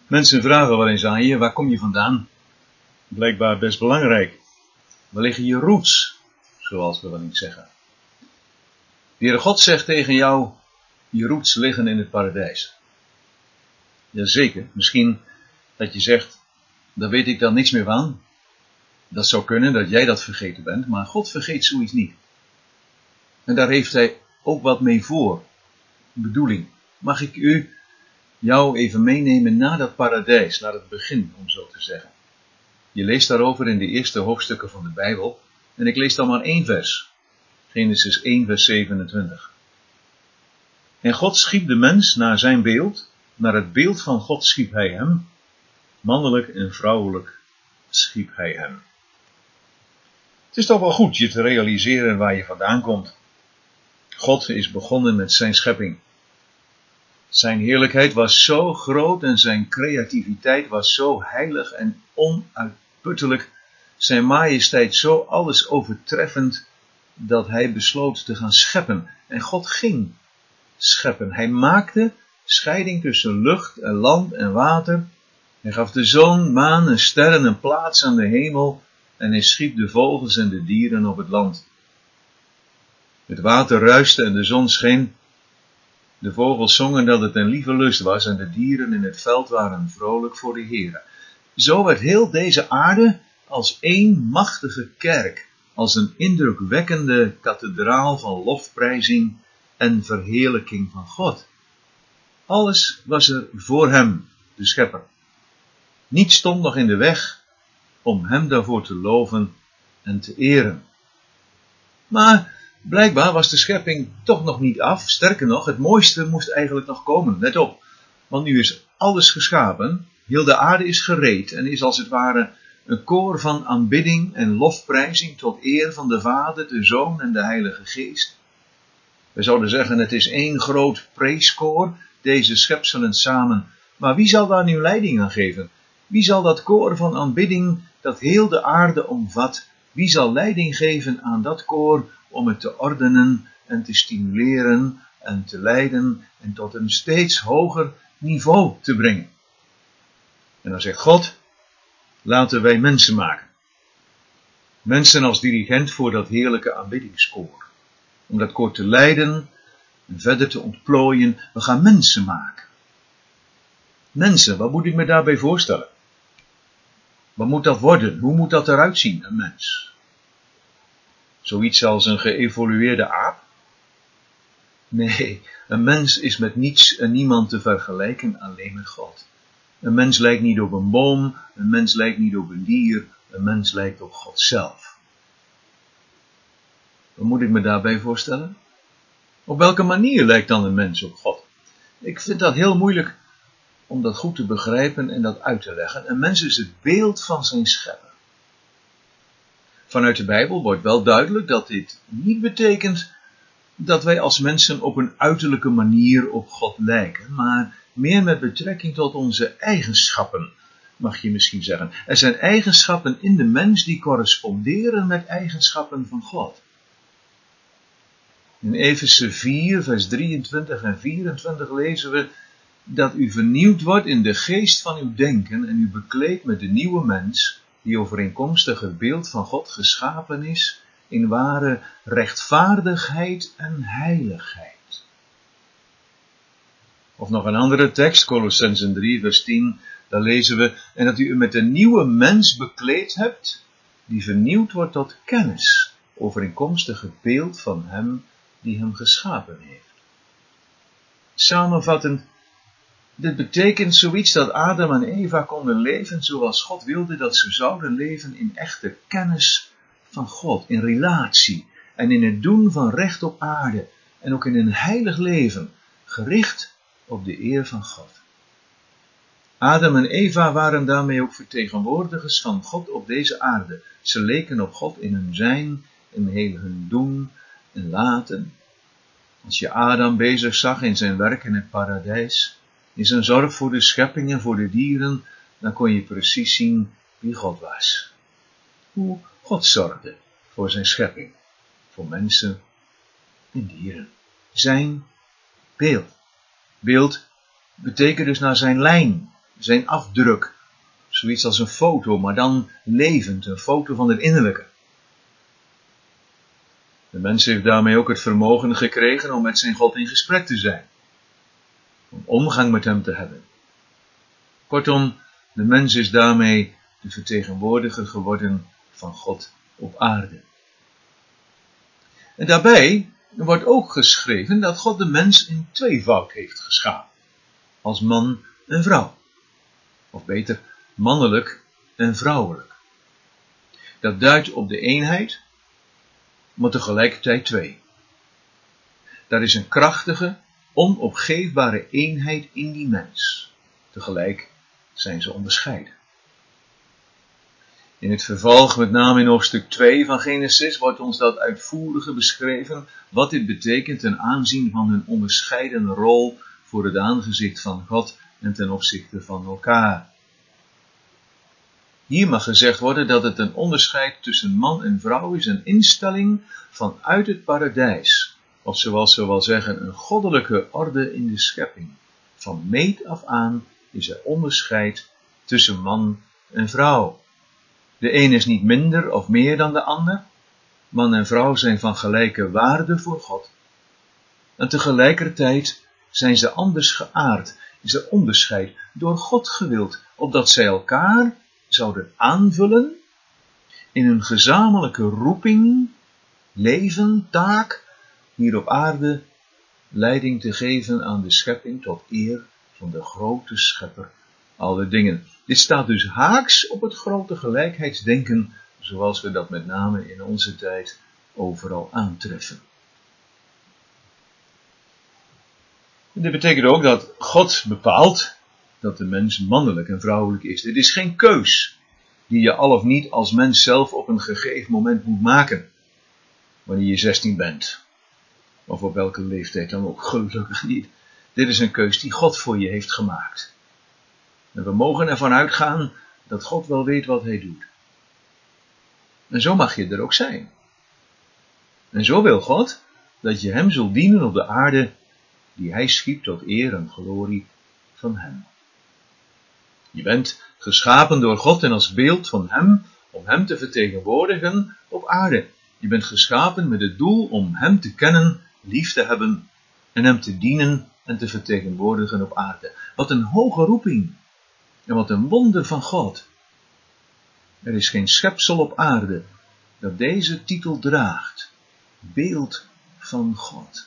Mensen vragen wel eens aan je, waar kom je vandaan? Blijkbaar best belangrijk. Waar liggen je roots, zoals we wel eens zeggen. De Heere God zegt tegen jou, je roots liggen in het paradijs. Jazeker, misschien dat je zegt, daar weet ik dan niks meer van. Dat zou kunnen dat jij dat vergeten bent, maar God vergeet zoiets niet. En daar heeft hij ook wat mee voor. Een bedoeling. Mag ik jou even meenemen naar dat paradijs, naar het begin, om zo te zeggen. Je leest daarover in de eerste hoofdstukken van de Bijbel. En ik lees dan maar 1 vers. Genesis 1 vers 27. En God schiep de mens naar zijn beeld. Naar het beeld van God schiep hij hem. Mannelijk en vrouwelijk schiep hij hem. Het is toch wel goed je te realiseren waar je vandaan komt. God is begonnen met zijn schepping. Zijn heerlijkheid was zo groot en zijn creativiteit was zo heilig en onuitputtelijk. Zijn majesteit zo alles overtreffend dat hij besloot te gaan scheppen. En God ging scheppen. Hij maakte scheiding tussen lucht en land en water. Hij gaf de zon, maan en sterren een plaats aan de hemel. En hij schiep de vogels en de dieren op het land. Het water ruiste en de zon scheen. De vogels zongen dat het een lieve lust was en de dieren in het veld waren vrolijk voor de Heere. Zo werd heel deze aarde als één machtige kerk, als een indrukwekkende kathedraal van lofprijzing en verheerlijking van God. Alles was er voor hem, de schepper. Niets stond nog in de weg om hem daarvoor te loven en te eren. Maar blijkbaar was de schepping toch nog niet af. Sterker nog, het mooiste moest eigenlijk nog komen. Let op, want nu is alles geschapen. Heel de aarde is gereed en is als het ware een koor van aanbidding en lofprijzing tot eer van de Vader, de Zoon en de Heilige Geest. We zouden zeggen, het is één groot preeskoor, deze schepselen samen. Maar wie zal daar nu leiding aan geven? Wie zal dat koor van aanbidding dat heel de aarde omvat, wie zal leiding geven aan dat koor om het te ordenen en te stimuleren en te leiden en tot een steeds hoger niveau te brengen? En dan zegt God, laten wij mensen maken. Mensen als dirigent voor dat heerlijke aanbiddingskoor. Om dat koor te leiden en verder te ontplooien. We gaan mensen maken. Mensen, wat moet ik me daarbij voorstellen? Wat moet dat worden? Hoe moet dat eruit zien, een mens? Zoiets als een geëvolueerde aap? Nee, een mens is met niets en niemand te vergelijken, alleen met God. Een mens lijkt niet op een boom, een mens lijkt niet op een dier, een mens lijkt op God zelf. Wat moet ik me daarbij voorstellen? Op welke manier lijkt dan een mens op God? Ik vind dat heel moeilijk om dat goed te begrijpen en dat uit te leggen. Een mens is het beeld van zijn schepper. Vanuit de Bijbel wordt wel duidelijk dat dit niet betekent dat wij als mensen op een uiterlijke manier op God lijken, maar meer met betrekking tot onze eigenschappen, mag je misschien zeggen. Er zijn eigenschappen in de mens die corresponderen met eigenschappen van God. In Efeze 4, vers 23 en 24 lezen we dat u vernieuwd wordt in de geest van uw denken en u bekleedt met de nieuwe mens, die overeenkomstig het beeld van God geschapen is, in ware rechtvaardigheid en heiligheid. Of nog een andere tekst, Kolossenzen 3, vers 10, daar lezen we, en dat u met een nieuwe mens bekleed hebt, die vernieuwd wordt tot kennis, overeenkomstig het beeld van hem die hem geschapen heeft. Samenvattend, dit betekent zoiets dat Adam en Eva konden leven zoals God wilde dat ze zouden leven, in echte kennis van God, in relatie en in het doen van recht op aarde en ook in een heilig leven, gericht op de eer van God. Adam en Eva waren daarmee ook vertegenwoordigers van God op deze aarde. Ze leken op God in hun zijn, in heel hun doen en laten. Als je Adam bezig zag in zijn werk in het paradijs, in zijn zorg voor de schepping en voor de dieren, dan kon je precies zien wie God was. Hoe God zorgde voor zijn schepping, voor mensen en dieren. Zijn beeld. Beeld betekent dus naar zijn lijn, zijn afdruk. Zoiets als een foto, maar dan levend, een foto van het innerlijke. De mens heeft daarmee ook het vermogen gekregen om met zijn God in gesprek te zijn. Om omgang met hem te hebben. Kortom, de mens is daarmee de vertegenwoordiger geworden van God op aarde. En daarbij wordt ook geschreven dat God de mens in tweevoud heeft geschapen. Als man en vrouw. Of beter, mannelijk en vrouwelijk. Dat duidt op de eenheid, maar tegelijkertijd twee. Daar is een krachtige, onopgeefbare eenheid in die mens. Tegelijk zijn ze onderscheiden. In het vervolg, met name in hoofdstuk 2 van Genesis, wordt ons dat uitvoeriger beschreven, wat dit betekent ten aanzien van hun onderscheiden rol voor het aangezicht van God en ten opzichte van elkaar. Hier mag gezegd worden dat het een onderscheid tussen man en vrouw is, een instelling vanuit het paradijs. Of zoals we wel zeggen, een goddelijke orde in de schepping. Van meet af aan is er onderscheid tussen man en vrouw. De een is niet minder of meer dan de ander. Man en vrouw zijn van gelijke waarde voor God. En tegelijkertijd zijn ze anders geaard. Is er onderscheid door God gewild, opdat zij elkaar zouden aanvullen in een gezamenlijke roeping, leven, taak, hier op aarde leiding te geven aan de schepping tot eer van de grote schepper alle dingen. Dit staat dus haaks op het grote gelijkheidsdenken, zoals we dat met name in onze tijd overal aantreffen. Dit betekent ook dat God bepaalt dat de mens mannelijk en vrouwelijk is. Dit is geen keus die je al of niet als mens zelf op een gegeven moment moet maken. Wanneer je 16 bent. Of op welke leeftijd dan ook, gelukkig niet. Dit is een keus die God voor je heeft gemaakt. En we mogen ervan uitgaan dat God wel weet wat hij doet. En zo mag je er ook zijn. En zo wil God dat je hem zult dienen op de aarde die hij schiep tot eer en glorie van hem. Je bent geschapen door God en als beeld van hem om hem te vertegenwoordigen op aarde. Je bent geschapen met het doel om hem te kennen, lief te hebben en hem te dienen en te vertegenwoordigen op aarde. Wat een hoge roeping en wat een wonder van God. Er is geen schepsel op aarde dat deze titel draagt. Beeld van God.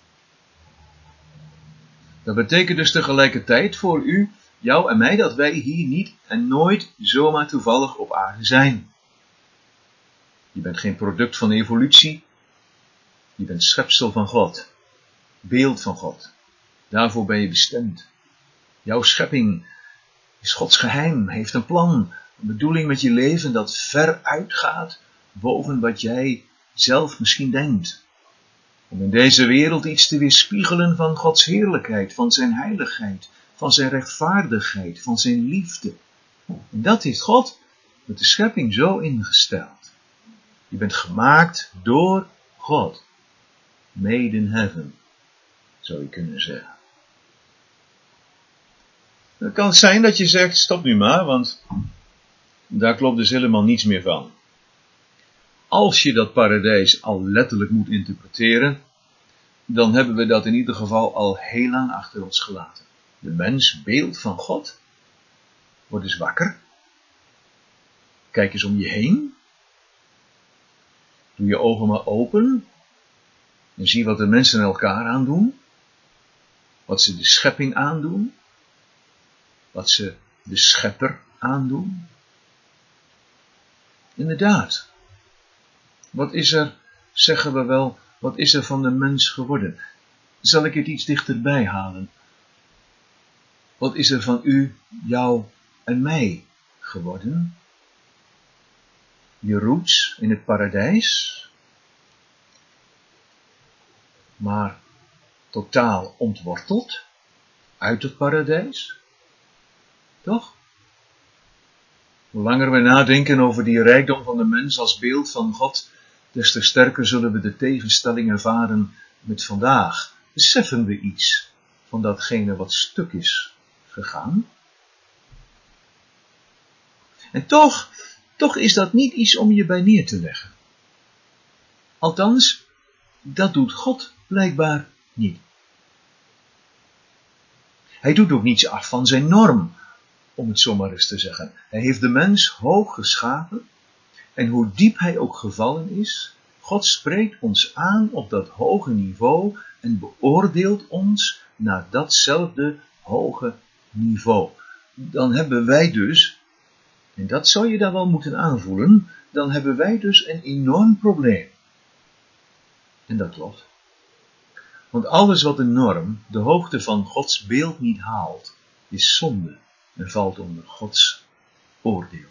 Dat betekent dus tegelijkertijd voor u, jou en mij, dat wij hier niet en nooit zomaar toevallig op aarde zijn. Je bent geen product van evolutie. Je bent schepsel van God. Beeld van God. Daarvoor ben je bestemd. Jouw schepping is Gods geheim, heeft een plan, een bedoeling met je leven dat ver uitgaat boven wat jij zelf misschien denkt. Om in deze wereld iets te weerspiegelen van Gods heerlijkheid, van zijn heiligheid, van zijn rechtvaardigheid, van zijn liefde. En dat heeft God met de schepping zo ingesteld. Je bent gemaakt door God. Made in heaven, zou je kunnen zeggen. Dan kan het zijn dat je zegt, stop nu maar, want daar klopt dus helemaal niets meer van. Als je dat paradijs al letterlijk moet interpreteren, dan hebben we dat in ieder geval al heel lang achter ons gelaten. De mens, beeld van God, word eens wakker. Kijk eens om je heen. Doe je ogen maar open. En zie wat de mensen elkaar aandoen. Wat ze de schepping aandoen. Wat ze de schepper aandoen. Inderdaad. Wat is er, zeggen we wel, wat is er van de mens geworden? Zal ik het iets dichterbij halen? Wat is er van u, jou en mij geworden? Je roots in het paradijs, maar totaal ontworteld uit het paradijs. Toch? Hoe langer we nadenken over die rijkdom van de mens als beeld van God, des te sterker zullen we de tegenstelling ervaren met vandaag. Beseffen we iets van datgene wat stuk is gegaan? En toch is dat niet iets om je bij neer te leggen. Althans, dat doet God blijkbaar niet. Hij doet ook niets af van zijn norm, om het zo maar eens te zeggen. Hij heeft de mens hoog geschapen, en hoe diep hij ook gevallen is, God spreekt ons aan op dat hoge niveau en beoordeelt ons naar datzelfde hoge niveau. Dan hebben wij dus, en dat zou je daar wel moeten aanvoelen, dan hebben wij dus een enorm probleem. En dat klopt. Want alles wat de norm, de hoogte van Gods beeld niet haalt, is zonde en valt onder Gods oordeel.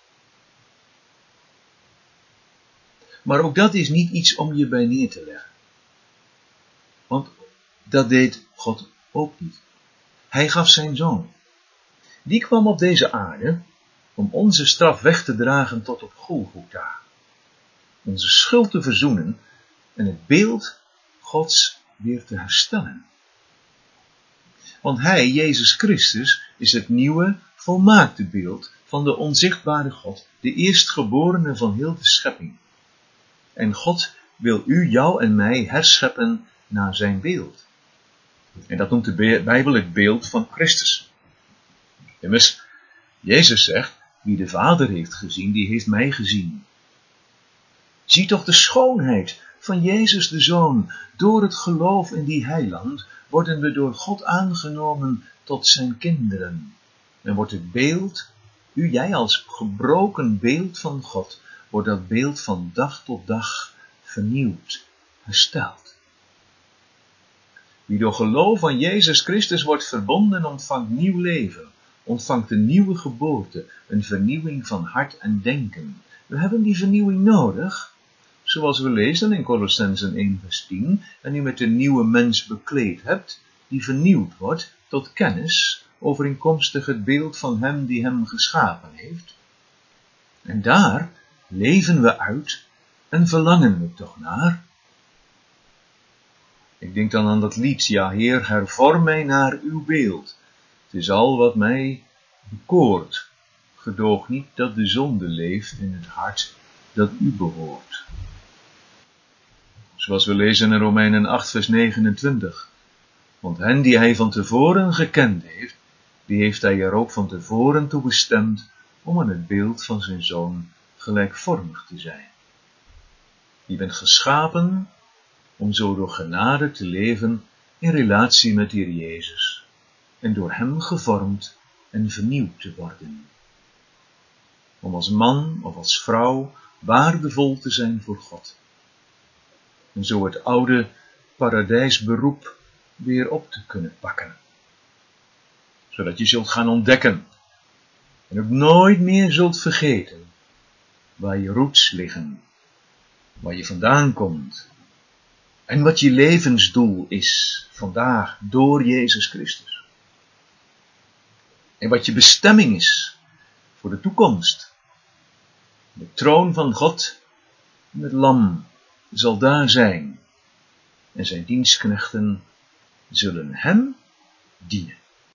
Maar ook dat is niet iets om je bij neer te leggen. Want dat deed God ook niet. Hij gaf zijn zoon. Die kwam op deze aarde om onze straf weg te dragen tot op Golgotha. Onze schuld te verzoenen en het beeld Gods weer te herstellen. Want hij, Jezus Christus, is het nieuwe, volmaakte beeld van de onzichtbare God, de eerstgeborene van heel de schepping. En God wil jou en mij herscheppen naar zijn beeld. En dat noemt de Bijbel het beeld van Christus. Immers, Jezus zegt, wie de Vader heeft gezien, die heeft mij gezien. Zie toch de schoonheid van Jezus de Zoon. Door het geloof in die heiland worden we door God aangenomen tot zijn kinderen. En wordt het beeld, jij als gebroken beeld van God, wordt dat beeld van dag tot dag vernieuwd, hersteld. Wie door geloof aan Jezus Christus wordt verbonden, ontvangt nieuw leven, ontvangt een nieuwe geboorte, een vernieuwing van hart en denken. We hebben die vernieuwing nodig, zoals we lezen in Kolossenzen 1 vers 10, en u met de nieuwe mens bekleed hebt, die vernieuwd wordt tot kennis, overeenkomstig het beeld van hem die hem geschapen heeft. En daar leven we uit en verlangen we toch naar. Ik denk dan aan dat lied, ja Heer, hervorm mij naar uw beeld. Het is al wat mij bekoort. Gedoog niet dat de zonde leeft in het hart dat u behoort. Zoals we lezen in Romeinen 8 vers 29. Want hen die hij van tevoren gekend heeft, die heeft hij er ook van tevoren toe bestemd om aan het beeld van zijn zoon gelijkvormig te zijn. Je bent geschapen om zo door genade te leven in relatie met Heer Jezus en door hem gevormd en vernieuwd te worden. Om als man of als vrouw waardevol te zijn voor God. En zo het oude paradijsberoep weer op te kunnen pakken. Zodat je zult gaan ontdekken en ook nooit meer zult vergeten waar je roots liggen, waar je vandaan komt en wat je levensdoel is vandaag door Jezus Christus. En wat je bestemming is voor de toekomst. De troon van God en het lam zal daar zijn en zijn dienstknechten zullen hem dienen.